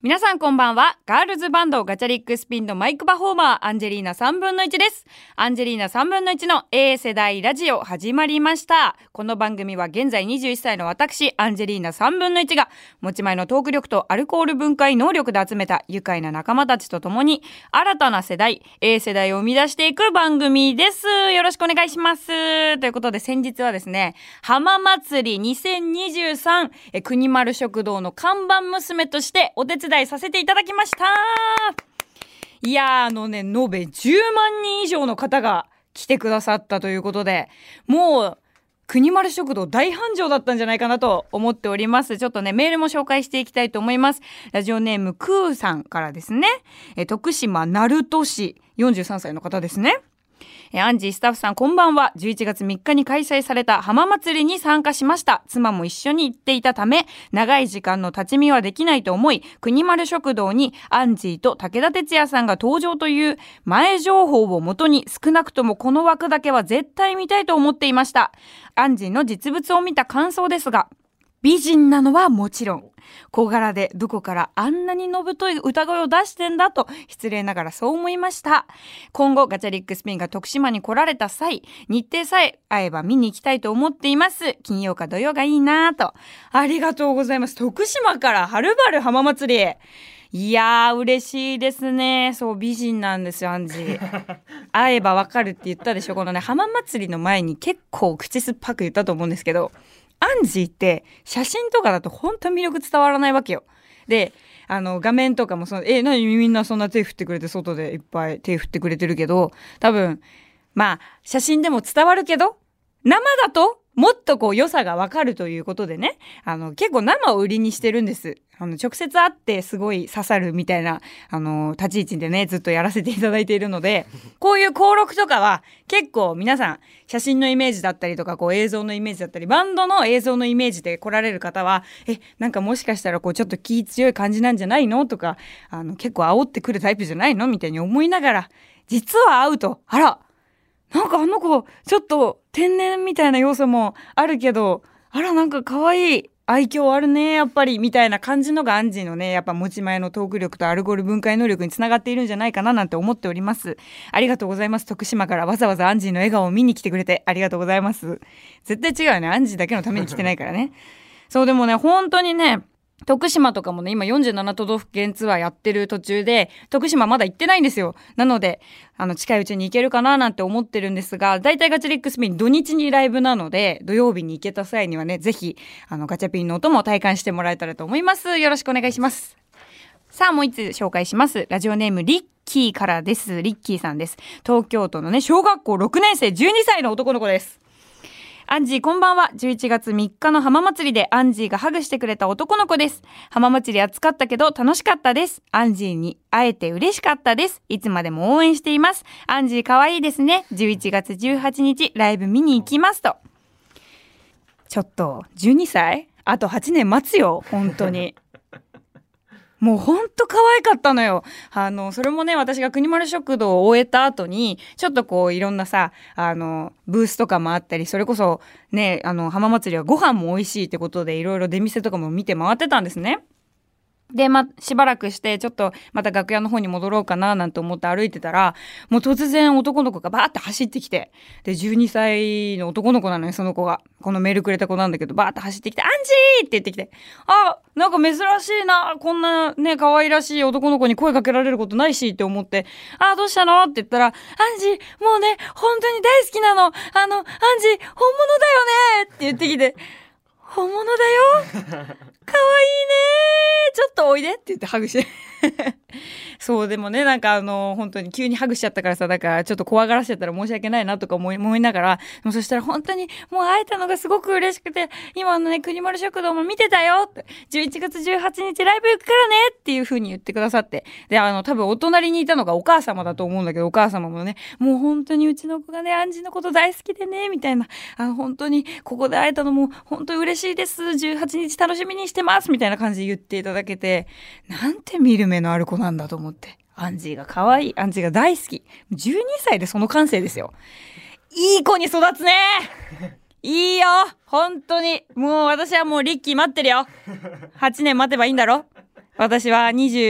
皆さんこんばんは。ガールズバンドガチャリックスピンのマイクパフォーマーアンジェリーナ3分の1です。アンジェリーナ3分の1の A 世代ラジオ始まりました。この番組は現在21歳の私アンジェリーナ3分の1が持ち前のトーク力とアルコール分解能力で集めた愉快な仲間たちと共に新たな世代 A 世代を生み出していく番組です。よろしくお願いします。ということで先日はですね、浜祭り2023国丸食堂の看板娘としてお手伝いさせていただきました。いや延べ10万人以上の方が来てくださったということで、もう国丸食堂大繁盛だったんじゃないかなと思っております。ちょっとねメールも紹介していきたいと思います。ラジオネームクーさんからですね、徳島鳴門市43歳の方ですね。アンジースタッフさんこんばんは。11月3日に開催された浜祭りに参加しました。妻も一緒に行っていたため長い時間の立ち見はできないと思い、国丸食堂にアンジーと武田鉄矢さんが登場という前情報をもとに少なくともこの枠だけは絶対見たいと思っていました。アンジーの実物を見た感想ですが、美人なのはもちろん小柄でどこからあんなにのぶとい歌声を出してんだと失礼ながらそう思いました。今後ガチャリックスピンが徳島に来られた際、日程さえ合えば見に行きたいと思っています。金曜か土曜がいいなと。ありがとうございます。徳島からはるばる浜祭り。いやー嬉しいですね。そう美人なんですよアンジー。会えばわかるって言ったでしょ。このね浜祭りの前に結構口酸っぱく言ったと思うんですけど、アンジーって写真とかだと本当に魅力伝わらないわけよ。で画面とかも何みんなそんな手振ってくれて外でいっぱい手振ってくれてるけど、多分まあ写真でも伝わるけど生だともっとこう良さがわかるということでね、結構生を売りにしてるんです。直接会ってすごい刺さるみたいな立ち位置でねずっとやらせていただいているので、こういう登録とかは結構皆さん写真のイメージだったりとかこう映像のイメージだったりバンドの映像のイメージで来られる方はなんかもしかしたらこうちょっと気強い感じなんじゃないのとか結構煽ってくるタイプじゃないのみたいに思いながら、実は会うとあらなんかあの子ちょっと天然みたいな要素もあるけど、あらなんか可愛い愛嬌あるねやっぱりみたいな感じのがアンジーのねやっぱ持ち前のトーク力とアルコール分解能力につながっているんじゃないかななんて思っております。ありがとうございます。徳島からわざわざアンジーの笑顔を見に来てくれてありがとうございます。絶対違うよね、アンジーだけのために来てないからね。そうでもね本当にね徳島とかもね今47都道府県ツアーやってる途中で徳島まだ行ってないんですよ。なので近いうちに行けるかななんて思ってるんですが、だいたいガチャリックスピン土日にライブなので土曜日に行けた際にはねぜひガチャピンの音も体感してもらえたらと思います。よろしくお願いします。さあもう一つ紹介します。ラジオネームリッキーからです。リッキーさんです。東京都のね小学校6年生12歳の男の子です。アンジーこんばんは。11月3日の浜祭りでアンジーがハグしてくれた男の子です。浜祭り暑かったけど楽しかったです。アンジーに会えて嬉しかったです。いつまでも応援しています。アンジー可愛いですね。11月18日ライブ見に行きますと。ちょっと12歳あと8年待つよ本当に。もうほんと可愛かったのよ。それもね私が国丸食堂を終えた後にちょっとこういろんなさブースとかもあったり、それこそね浜祭りはご飯も美味しいってことでいろいろ出店とかも見て回ってたんですね。でしばらくしてちょっとまた楽屋の方に戻ろうかななんて思って歩いてたら、もう突然男の子がバーって走ってきて、で12歳の男の子なのよその子が。このメールくれた子なんだけどバーって走ってきてアンジーって言ってきて、なんか珍しいな、こんなね可愛らしい男の子に声かけられることないしって思って、どうしたのって言ったら、アンジーもうね本当に大好きなの、アンジー本物だよねって言ってきて、本物だよかわいいねちょっとおいでって言ってハグしてそうでもねなんか本当に急にハグしちゃったからさ、だからちょっと怖がらせちゃったら申し訳ないなとか思いながら、もうそしたら本当にもう会えたのがすごく嬉しくて、今のね国丸食堂も見てたよって、11月18日ライブ行くからねっていう風に言ってくださって、で多分お隣にいたのがお母様だと思うんだけど、お母様もねもう本当にうちの子がねアンジーのこと大好きでねみたいな、本当にここで会えたのも本当に嬉しいです、18日楽しみにしてますみたいな感じで言っていただけて、なんて見る目のある子なんだと思って、アンジーが可愛い、アンジーが大好き、12歳でその感性ですよ。いい子に育つねいいよ本当に。もう私はもうリッキー待ってるよ。8年待てばいいんだろ。 私は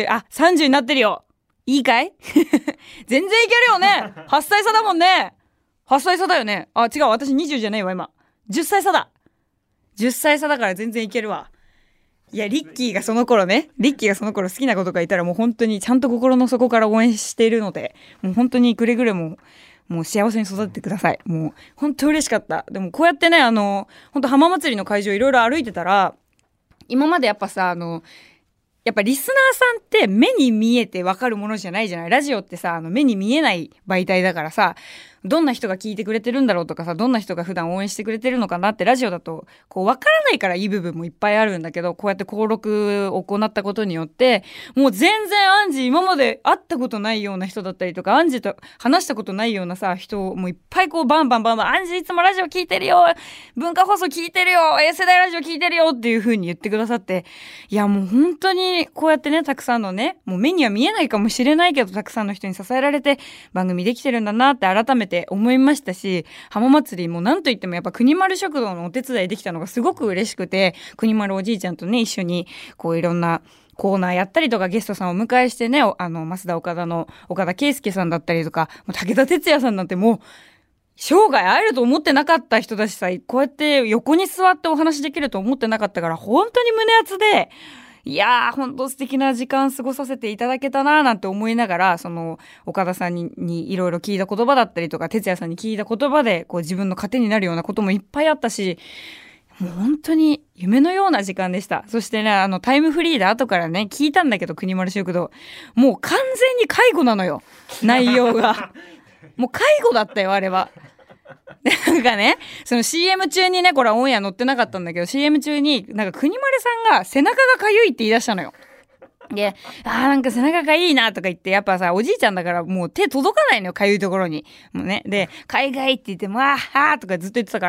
30になってるよ。いいかい全然いけるよね。8歳差だもんね。8歳差だよね。あ、違う。私20じゃないわ、今。10歳差だ。10歳差だから全然いけるわ。いや、リッキーがその頃好きな子とかいたらもう本当にちゃんと心の底から応援しているので、もう本当にくれぐれももう幸せに育ってください。もう本当嬉しかった。でもこうやってね、本当浜祭りの会場いろいろ歩いてたら、今までやっぱさ、やっぱリスナーさんって目に見えてわかるものじゃないじゃない。ラジオってさ、目に見えない媒体だからさ、どんな人が聞いてくれてるんだろうとかさ、どんな人が普段応援してくれてるのかなってラジオだとこう分からないからいい部分もいっぱいあるんだけど、こうやって登録を行ったことによってもう全然アンジ今まで会ったことないような人だったりとか、アンジと話したことないようなさ人もいっぱいこうバンバンアンジいつもラジオ聞いてるよ、文化放送聞いてるよ、世代ラジオ聞いてるよっていう風に言ってくださって、いやもう本当にこうやってね、たくさんのね、もう目には見えないかもしれないけどたくさんの人に支えられて番組できてるんだなって改めて思いましたし、浜祭りもなんといってもやっぱ国丸食堂のお手伝いできたのがすごく嬉しくて、国丸おじいちゃんとね一緒にこういろんなコーナーやったりとか、ゲストさんをお迎えしてね、増田岡田の岡田圭佑さんだったりとか、武田鉄矢さんなんてもう生涯会えると思ってなかった人だしさ、こうやって横に座ってお話できると思ってなかったから本当に胸熱で、いやー本当素敵な時間過ごさせていただけたなーなんて思いながら、その岡田さんにいろいろ聞いた言葉だったりとか、哲也さんに聞いた言葉でこう自分の糧になるようなこともいっぱいあったし、もう本当に夢のような時間でした。そしてね、タイムフリーで後からね聞いたんだけど、国丸食堂もう完全に介護なのよ、内容がもう介護だったよあれは。なんかね、その CM 中にね、これはオンエア載ってなかったんだけど、 CM 中になんか国丸さんが背中がかゆいって言い出したのよ。で、なんか背中がいいなとか言って、やっぱさおじいちゃんだからもう手届かないのよ、かゆいところにもうね。で、海外って言ってもとかずっと言ってたから、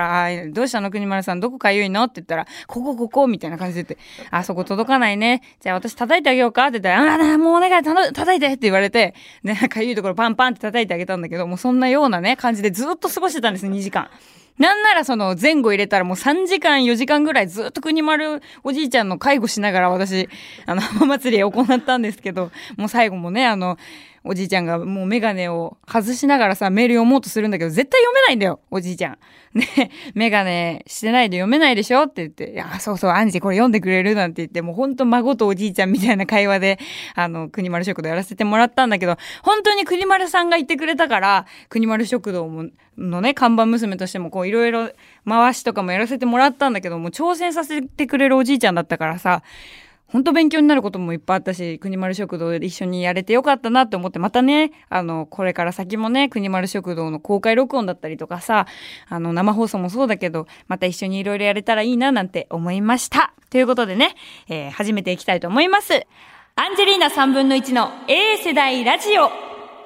どうしたの国丸さん、どこかゆいのって言ったら、ここみたいな感じで言って、そこ届かないね、じゃあ私叩いてあげようかって言ったら、もうお願い叩いてって言われて、ね、かゆいところパンパンって叩いてあげたんだけど、もうそんなようなね感じでずっと過ごしてたんです、2時間。なんならその前後入れたらもう3時間4時間ぐらいずっと国丸おじいちゃんの介護しながら私浜祭りを行ったんですけど、もう最後もねおじいちゃんがもうメガネを外しながらさメール読もうとするんだけど、絶対読めないんだよおじいちゃんね。メガネしてないで読めないでしょって言って、いやそうアンジこれ読んでくれるなんて言って、もうほんと孫とおじいちゃんみたいな会話で国丸食堂やらせてもらったんだけど、本当に国丸さんがいてくれたから、国丸食堂のね看板娘としてもこういろいろ回しとかもやらせてもらったんだけども、挑戦させてくれるおじいちゃんだったからさ、本当勉強になることもいっぱいあったし、国丸食堂で一緒にやれてよかったなって思って、またねこれから先もね国丸食堂の公開録音だったりとかさ、生放送もそうだけど、また一緒にいろいろやれたらいいななんて思いました。ということでね、始めていきたいと思います。アンジェリーナ3分の1の A 世代ラジオ。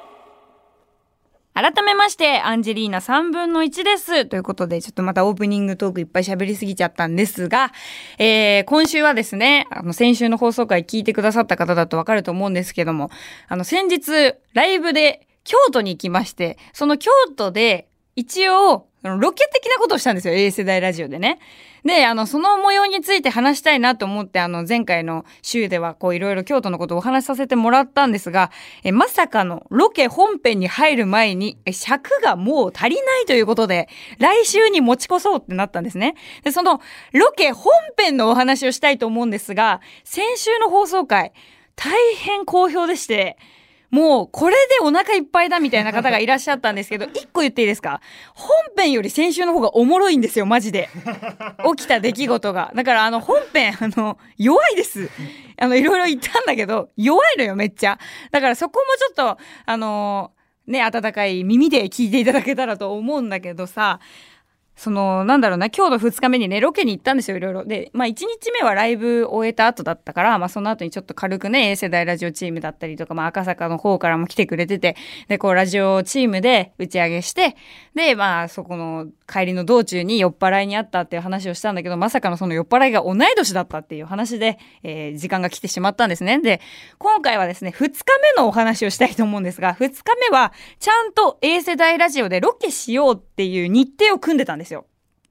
改めましてアンジェリーナ3分の1ですということで、ちょっとまたオープニングトークいっぱい喋りすぎちゃったんですが、今週はですね、先週の放送回聞いてくださった方だとわかると思うんですけども、先日ライブで京都に行きまして、その京都で一応ロケ的なことをしたんですよ、 A 世代ラジオでね。でその模様について話したいなと思って、前回の週ではこういろいろ京都のことをお話しさせてもらったんですが、まさかのロケ本編に入る前に尺がもう足りないということで、来週に持ち越そうってなったんですね。でそのロケ本編のお話をしたいと思うんですが、先週の放送回大変好評でして、もうこれでお腹いっぱいだみたいな方がいらっしゃったんですけど、一個言っていいですか？本編より先週の方がおもろいんですよ、マジで。起きた出来事が。だから本編弱いです。いろいろ言ったんだけど弱いのよ、めっちゃ。だからそこもちょっとね、温かい耳で聞いていただけたらと思うんだけどさ、なんだろうな、今日の2日目にね、ロケに行ったんですよ、いろいろ。で、1日目はライブ終えた後だったから、その後にちょっと軽くね、A 世代ラジオチームだったりとか、赤坂の方からも来てくれてて、で、こう、ラジオチームで打ち上げして、で、そこの帰りの道中に酔っ払いにあったっていう話をしたんだけど、まさかのその酔っ払いが同い年だったっていう話で、時間が来てしまったんですね。で、今回はですね、2日目のお話をしたいと思うんですが、2日目は、ちゃんと A 世代ラジオでロケしようっていう日程を組んでたんですよ。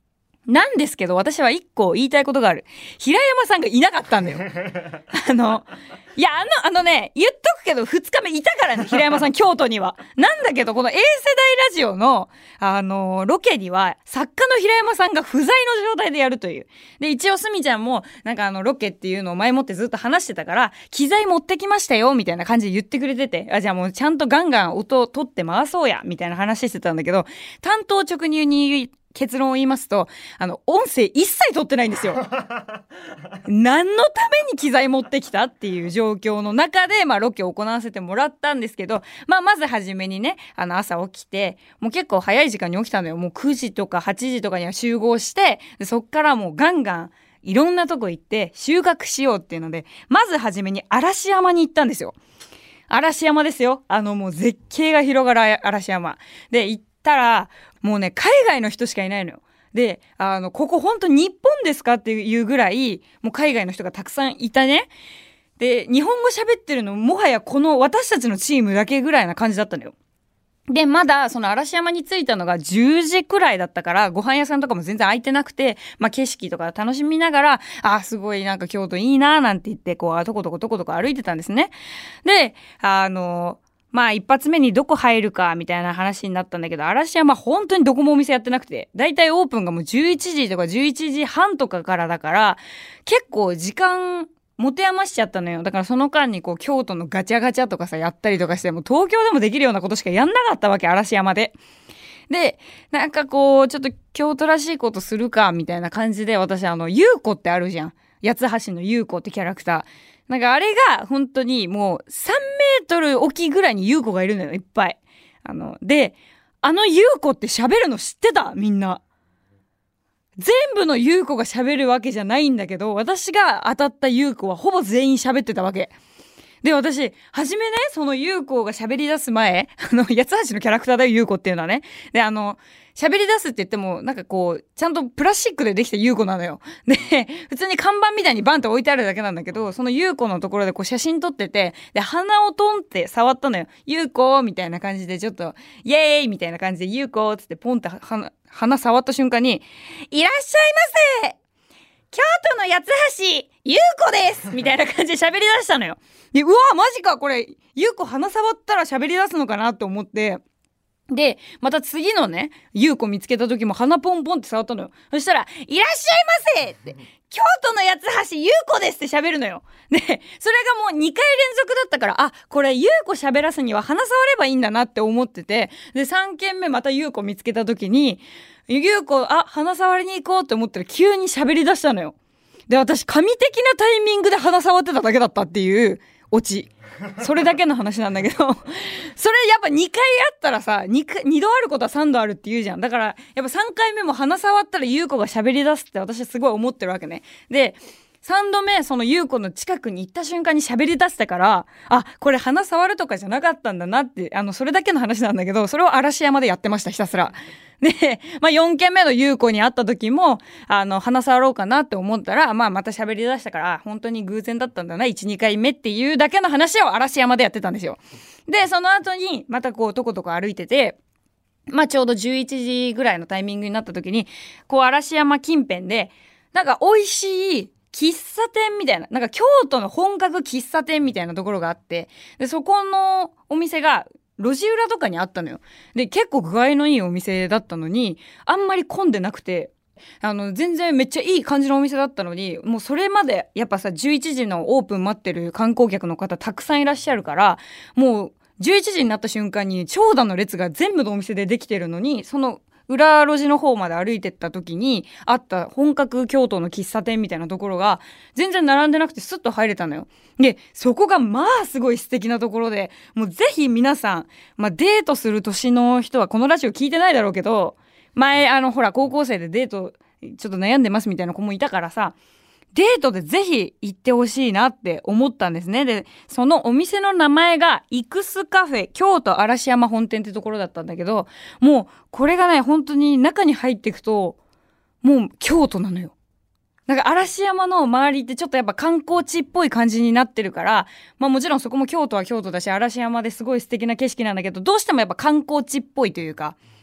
なんですけど、私は一個言いたいことがある。平山さんがいなかったんだよ。いや、言っとくけど、2日目いたからね、平山さん、京都には。なんだけど、この A 世代ラジオの、ロケには、作家の平山さんが不在の状態でやるという。で、一応、すみちゃんも、ロケっていうのを前もってずっと話してたから、機材持ってきましたよ、みたいな感じで言ってくれてて、じゃあもうちゃんとガンガン音を取って回そうや、みたいな話してたんだけど、担当直入に結論を言いますと、音声一切取ってないんですよ。何のために機材持ってきたっていう状況の中で、ロケを行わせてもらったんですけど、まずはじめにね、朝起きて、もう結構早い時間に起きたのよ。もう9時とか8時とかには集合して、でそっからもうガンガンいろんなとこ行って収穫しようっていうので、まずはじめに嵐山に行ったんですよ。嵐山ですよ。もう絶景が広がる嵐山。で、行ったら、もうね、海外の人しかいないのよ。で、ここ本当日本ですかっていうぐらい、もう海外の人がたくさんいたね。で、日本語喋ってるのもはやこの私たちのチームだけぐらいな感じだったのよ。で、まだその嵐山に着いたのが10時くらいだったから、ご飯屋さんとかも全然空いてなくて、景色とか楽しみながら、すごい京都いいなーなんて言って、こう、とことこ歩いてたんですね。で、一発目にどこ入るかみたいな話になったんだけど、嵐山本当にどこもお店やってなくて、だいたいオープンがもう11時とか11時半とかからだから、結構時間持て余しちゃったのよ。だからその間にこう京都のガチャガチャとかさ、やったりとかして、も東京でもできるようなことしかやんなかったわけ、嵐山で。で、ちょっと京都らしいことするかみたいな感じで、私優子ってあるじゃん。八橋の優子ってキャラクター。あれが本当にもう3メートル大きいぐらいに優子がいるのよ、いっぱい。で、優子って喋るの知ってた？みんな。全部の優子が喋るわけじゃないんだけど、私が当たった優子はほぼ全員喋ってたわけ。で、私、はじめね、その優子が喋り出す前、八橋のキャラクターだよ、優子っていうのはね。で、喋り出すって言っても、ちゃんとプラスチックでできた優子なのよ。で、普通に看板みたいにバンと置いてあるだけなんだけど、その優子のところでこう写真撮ってて、で、鼻をトンって触ったのよ。優子みたいな感じでちょっと、イエーイみたいな感じで優子つってポンって鼻触った瞬間に、いらっしゃいませ京都の八橋優子ですみたいな感じで喋り出したのよ。で、うわマジかこれ優子鼻触ったら喋り出すのかなと思って、でまた次のね優子見つけた時も鼻ポンポンって触ったのよ。そしたらいらっしゃいませって京都の八橋優子ですって喋るのよ。でそれがもう2回連続だったから、これ優子喋らすには鼻触ればいいんだなって思ってて、で3軒目また優子見つけた時に優子鼻触りに行こうって思ったら急に喋り出したのよ。で私神的なタイミングで鼻触ってただけだったっていうオチ。それだけの話なんだけどそれやっぱ2回あったらさ 2度あることは3度あるって言うじゃん。だからやっぱ3回目も鼻触ったら優子が喋り出すって私はすごい思ってるわけね。で3度目その優子の近くに行った瞬間に喋り出したから、これ鼻触るとかじゃなかったんだなってそれだけの話なんだけど、それを嵐山でやってました、ひたすら。で、4軒目の優子に会った時も鼻触ろうかなって思ったら、また喋り出したから、本当に偶然だったんだな 1,2 回目っていうだけの話を嵐山でやってたんですよ。でその後にまたこうとことこ歩いてて、ちょうど11時ぐらいのタイミングになった時にこう嵐山近辺で美味しい喫茶店みたいな、京都の本格喫茶店みたいなところがあって、でそこのお店が路地裏とかにあったのよ。で結構具合のいいお店だったのにあんまり混んでなくて、全然めっちゃいい感じのお店だったのに、もうそれまでやっぱさ11時のオープン待ってる観光客の方たくさんいらっしゃるから、もう11時になった瞬間に長蛇の列が全部のお店でできてるのに、その裏路地の方まで歩いてった時にあった本格京都の喫茶店みたいなところが全然並んでなくてスッと入れたのよ。でそこがすごい素敵なところで、もうぜひ皆さん、デートする年の人はこのラジオ聞いてないだろうけど、前ほら高校生でデートちょっと悩んでますみたいな子もいたからさ、デートでぜひ行ってほしいなって思ったんですね。でそのお店の名前がイクスカフェ京都嵐山本店ってところだったんだけど、もうこれがね本当に中に入っていくともう京都なのよ。嵐山の周りってちょっとやっぱ観光地っぽい感じになってるから、もちろんそこも京都は京都だし嵐山ですごい素敵な景色なんだけど、どうしてもやっぱ観光地っぽいというか、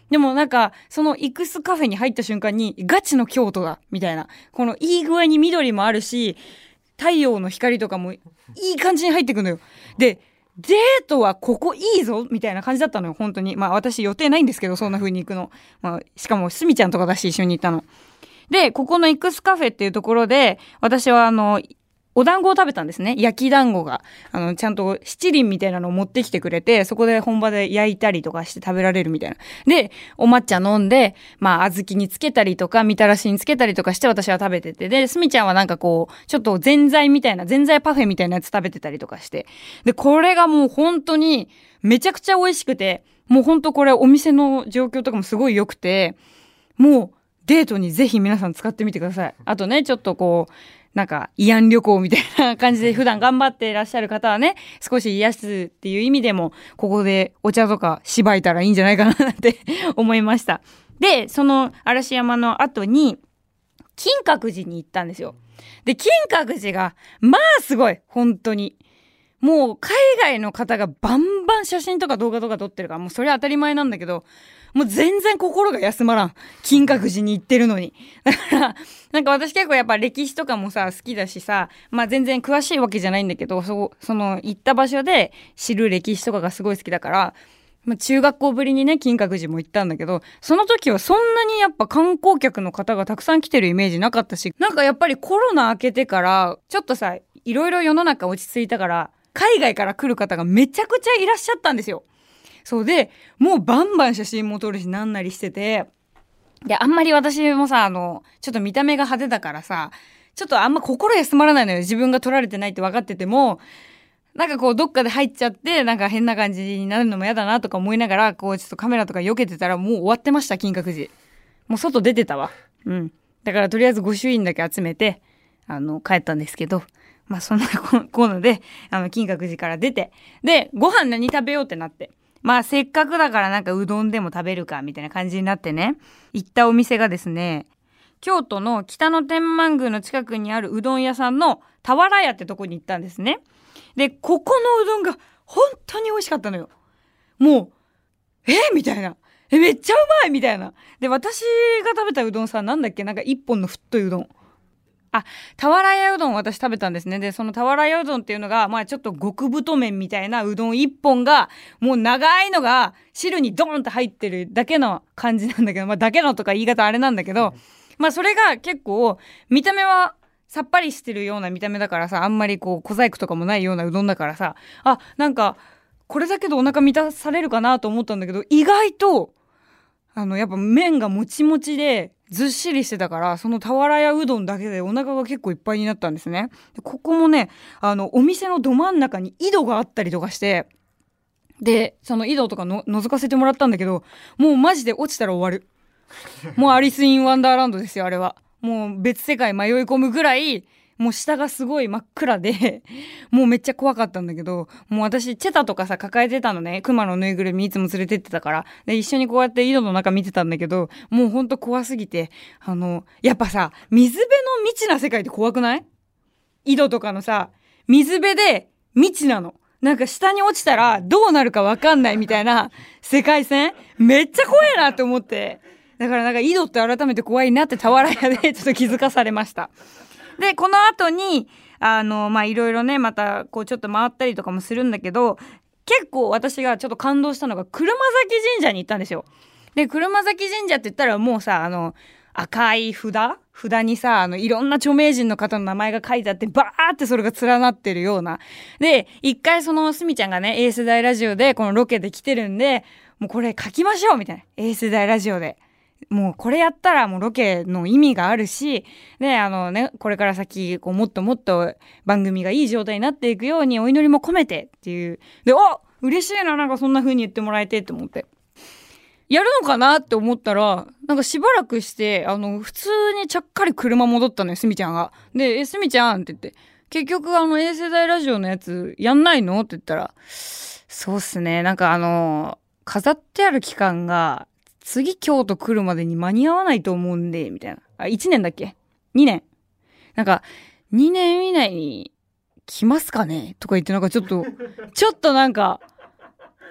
でもなんかそのイクスカフェに入った瞬間にガチの京都だみたいな、このいい具合に緑もあるし太陽の光とかもいい感じに入ってくのよ。でデートはここいいぞみたいな感じだったのよ本当に。まあ私予定ないんですけど、そんな風に行くの、まあ、しかもすみちゃんとかだし一緒に行ったので、ここのイクスカフェっていうところで私はお団子を食べたんですね。焼き団子がちゃんと七輪みたいなのを持ってきてくれて、そこで本場で焼いたりとかして食べられるみたいな。でお抹茶飲んで、まあ小豆につけたりとかみたらしにつけたりとかして私は食べてて、で、すみちゃんはなんかこうちょっとぜんざいみたいな、ぜんざいパフェみたいなやつ食べてたりとかして、でこれがもう本当にめちゃくちゃ美味しくて、もう本当これお店の状況とかもすごい良くて、もうデートにぜひ皆さん使ってみてください。あとね、ちょっとこうなんか慰安旅行みたいな感じで普段頑張っていらっしゃる方はね、少し癒すっていう意味でもここでお茶とかしばいたらいいんじゃないかなって思いました。でその嵐山の後に金閣寺に行ったんですよ。で金閣寺がまあすごい、本当にもう海外の方がバンバン写真とか動画とか撮ってるから、もうそれは当たり前なんだけど、もう全然心が休まらん、金閣寺に行ってるのに。だからなんか私結構やっぱ歴史とかもさ好きだしさ、まあ全然詳しいわけじゃないんだけど、その行った場所で知る歴史とかがすごい好きだから、まあ、中学校ぶりにね金閣寺も行ったんだけど、その時はそんなにやっぱ観光客の方がたくさん来てるイメージなかったし、なんかやっぱりコロナ明けてからちょっとさいろいろ世の中落ち着いたから、海外から来る方がめちゃくちゃいらっしゃったんですよ。そうでもうバンバン写真も撮るしなんなりしてて、であんまり私もさちょっと見た目が派手だからさ、ちょっとあんま心休まらないのよ。自分が撮られてないって分かってても、なんかこうどっかで入っちゃってなんか変な感じになるのも嫌だなとか思いながら、こうちょっとカメラとか避けてたらもう終わってました、金閣寺。もう外出てたわ。だからとりあえず御朱印だけ集めて帰ったんですけど、まあそんなコーナーで金閣寺から出て、でご飯何食べようってなって、まあせっかくだからなんかうどんでも食べるかみたいな感じになってね、行ったお店がですね、京都の北野天満宮の近くにあるうどん屋さんの俵屋ってとこに行ったんですね。でここのうどんが本当に美味しかったのよ。もうみたいな、めっちゃうまいみたいな。で私が食べたうどんさ、なんだっけ、なんか一本の太いうどん、俵屋うどん私食べたんですね。でその俵屋うどんっていうのがまあちょっと極太麺みたいなうどん一本がもう長いのが汁にドーンと入ってるだけの感じなんだけど、まあだけのとか言い方あれなんだけど、まあそれが結構見た目はさっぱりしてるような見た目だからさ、あんまりこう小細工とかもないようなうどんだからさ、なんかこれだけでお腹満たされるかなと思ったんだけど、意外とやっぱ麺がもちもちでずっしりしてたから、その俵屋うどんだけでお腹が結構いっぱいになったんですね。でここもねお店のど真ん中に井戸があったりとかして、でその井戸とかの覗かせてもらったんだけど、もうマジで落ちたら終わる。もうアリス・イン・ワンダーランドですよ、あれは。もう別世界迷い込むぐらい、もう下がすごい真っ暗でもうめっちゃ怖かったんだけど、もう私チェタとかさ抱えてたのね、熊のぬいぐるみいつも連れてってたから。で一緒にこうやって井戸の中見てたんだけど、もうほんと怖すぎて、やっぱさ水辺の未知な世界って怖くない？井戸とかのさ水辺で未知なの、なんか下に落ちたらどうなるか分かんないみたいな世界線、めっちゃ怖いなって思って、だからなんか井戸って改めて怖いなって俵屋でちょっと気づかされました。でこの後にまあいろいろねまたこうちょっと回ったりとかもするんだけど、結構私がちょっと感動したのが車崎神社に行ったんですよ。で車崎神社って言ったらもうさ赤い札にさいろんな著名人の方の名前が書いてあってバーってそれが連なってるような。で一回そのすみちゃんがね A 世代ラジオでこのロケで来てるんで、もうこれ書きましょうみたいな、 A 世代ラジオでもうこれやったらもうロケの意味があるし、でこれから先こうもっともっと番組がいい状態になっていくようにお祈りも込めてっていう。で嬉しいな、なんかそんな風に言ってもらえてって思ってやるのかなって思ったら、なんかしばらくして普通にちゃっかり車戻ったのよ、すみちゃんが。ですみちゃんって言って、結局A 世代ラジオのやつやんないのって言ったら、そうっすね、なんか飾ってある期間が次京都来るまでに間に合わないと思うんでみたいな。1年だっけ2年、なんか2年以内に来ますかねとか言って、なんかちょっとなんか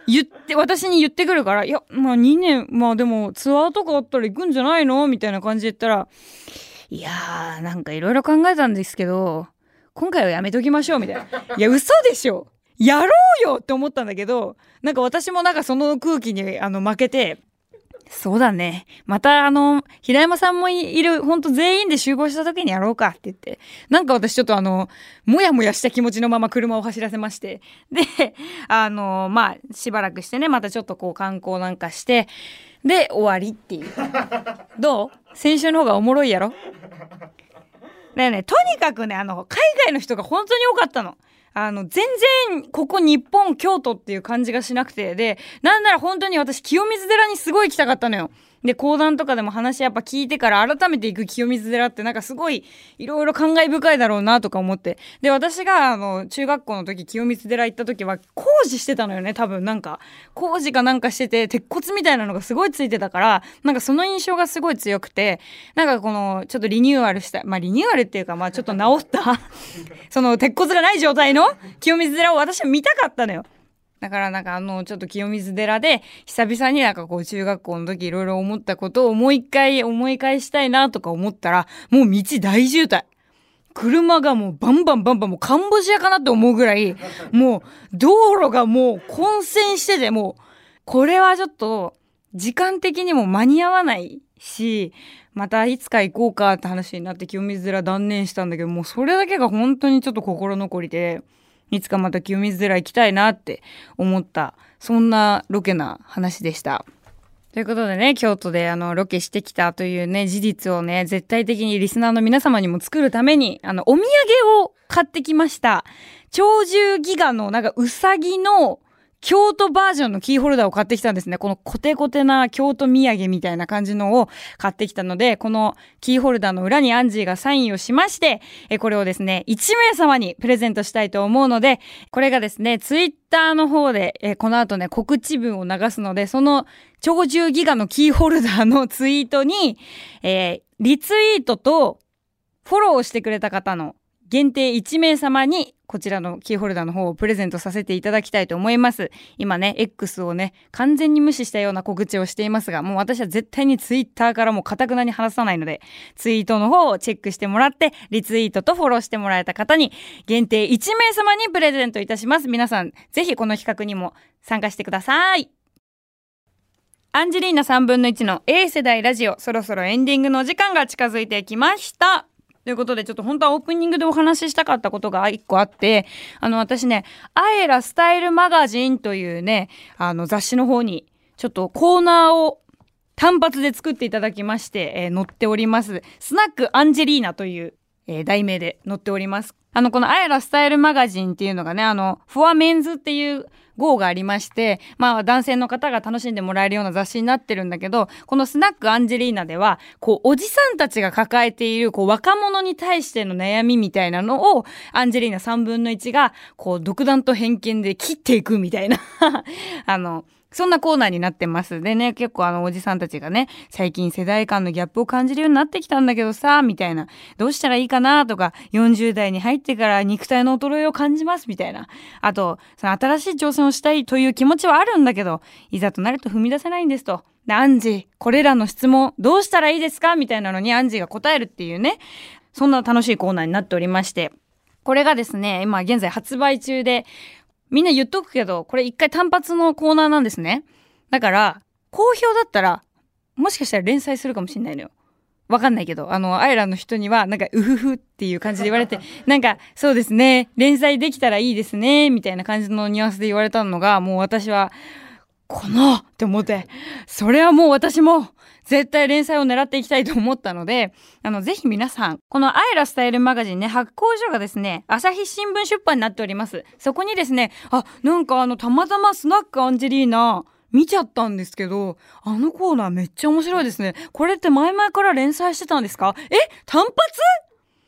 私に言ってくるから、いや、まあ2年、まあでもツアーとかあったら行くんじゃないのみたいな感じで言ったら、いやー、なんかいろいろ考えたんですけど、今回はやめときましょうみたいな。いや、嘘でしょ、やろうよって思ったんだけど、なんか私もなんかその空気に負けて、そうだね。また平山さんもいる、ほんと全員で集合した時にやろうかって言って。なんか私ちょっともやもやした気持ちのまま車を走らせまして。で、まあ、しばらくしてね、またちょっとこう観光なんかして、で、終わりっていう。どう？先週の方がおもろいやろ？だよね、とにかくね、海外の人が本当に多かったの。全然、ここ日本、京都っていう感じがしなくて、で、なんなら本当に私、清水寺にすごい行きたかったのよ。で、講談とかでも話やっぱ聞いてから改めて行く清水寺ってなんかすごい、いろいろ感慨深いだろうなとか思って。で、私が中学校の時、清水寺行った時は工事してたのよね、多分なんか。工事かなんかしてて、鉄骨みたいなのがすごいついてたから、なんかその印象がすごい強くて、なんかちょっとリニューアルした、まあリニューアルっていうか、まあちょっと直ったその鉄骨がない状態の清水寺を私は見たかったのよ。だからなんかちょっと清水寺で久々になんかこう中学校の時いろいろ思ったことをもう一回思い返したいなとか思ったら、もう道大渋滞。車がもうバンバンもうカンボジアかなって思うぐらい、もう道路がもう混戦してて、もうこれはちょっと時間的にも間に合わないし、またいつか行こうかって話になって清水寺断念したんだけど、もうそれだけが本当にちょっと心残りで、いつかまた清水寺行きたいなって思った、そんなロケな話でした。ということでね、京都でロケしてきたというね、事実をね、絶対的にリスナーの皆様にも作るために、お土産を買ってきました。鳥獣ギガのなんかうさぎの京都バージョンのキーホルダーを買ってきたんですね。このコテコテな京都土産みたいな感じのを買ってきたので、このキーホルダーの裏にアンジーがサインをしまして、これをですね、1名様にプレゼントしたいと思うので、これがですね、ツイッターの方で、この後ね、告知文を流すので、その鳥獣ギガのキーホルダーのツイートに、リツイートとフォローしてくれた方の限定1名様にこちらのキーホルダーの方をプレゼントさせていただきたいと思います。今ね、X をね、完全に無視したような告知をしていますが、もう私は絶対にツイッターからも堅くなに話さないので、ツイートの方をチェックしてもらって、リツイートとフォローしてもらえた方に限定1名様にプレゼントいたします。皆さん、ぜひこの企画にも参加してください。アンジェリーナ3分の1の A 世代ラジオ、そろそろエンディングのお時間が近づいてきました。ということで、ちょっと本当はオープニングでお話ししたかったことが一個あって、私ね、アエラスタイルマガジンというね、雑誌の方に、ちょっとコーナーを単発で作っていただきまして、載っております。スナックアンジェリーナという、題名で載っております。このアエラスタイルマガジンっていうのがね、フォアメンズっていう号がありまして、まあ男性の方が楽しんでもらえるような雑誌になってるんだけど、このスナックアンジェリーナでは、こう、おじさんたちが抱えている、こう、若者に対しての悩みみたいなのを、アンジェリーナ3分の1が、こう、独断と偏見で切っていくみたいな、そんなコーナーになってます。でね、結構おじさんたちがね、最近世代間のギャップを感じるようになってきたんだけどさ、みたいな。どうしたらいいかなとか、40代に入ってから肉体の衰えを感じます、みたいな。あと、その新しい挑戦をしたいという気持ちはあるんだけど、いざとなると踏み出せないんですと。で、アンジ、これらの質問、どうしたらいいですかみたいなのにアンジが答えるっていうね、そんな楽しいコーナーになっておりまして。これがですね、今現在発売中で、みんな言っとくけど、これ一回単発のコーナーなんですね。だから、好評だったら、もしかしたら連載するかもしれないのよ。わかんないけど、アイラの人には、なんか、うふふっていう感じで言われて、なんか、そうですね、連載できたらいいですね、みたいな感じのニュアンスで言われたのが、もう私は、って思って、それはもう私も、絶対連載を狙っていきたいと思ったので、ぜひ皆さん、このアイラスタイルマガジンね、発行所がですね、朝日新聞出版になっております。そこにですね、なんかたまたまスナックアンジェリーナ、見ちゃったんですけど、コーナーめっちゃ面白いですね。これって前々から連載してたんですか？単発？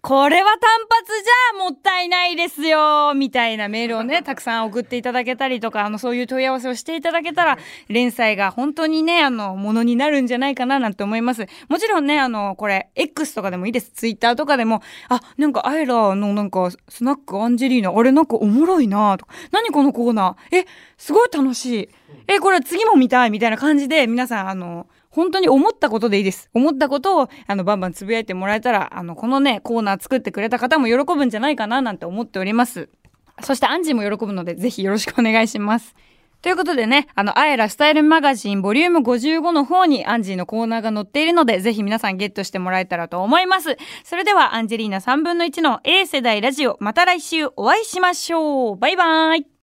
これは単発じゃもったいないですよみたいなメールをね、たくさん送っていただけたりとか、そういう問い合わせをしていただけたら、連載が本当にね、ものになるんじゃないかななんて思います。もちろんね、これ、X とかでもいいです。Twitter とかでも、なんか、アイラのなんか、スナックアンジェリーナ、あれなんかおもろいなとか、何このコーナー、すごい楽しい。これ次も見たいみたいな感じで、皆さん、本当に思ったことでいいです。思ったことを、バンバンつぶやいてもらえたら、このね、コーナー作ってくれた方も喜ぶんじゃないかななんて思っております。そしてアンジーも喜ぶので、ぜひよろしくお願いします。ということでね、アエラスタイルマガジンボリューム55の方にアンジーのコーナーが載っているので、ぜひ皆さんゲットしてもらえたらと思います。それではアンジェリーナ3分の1の A 世代ラジオ、また来週お会いしましょう。バイバーイ。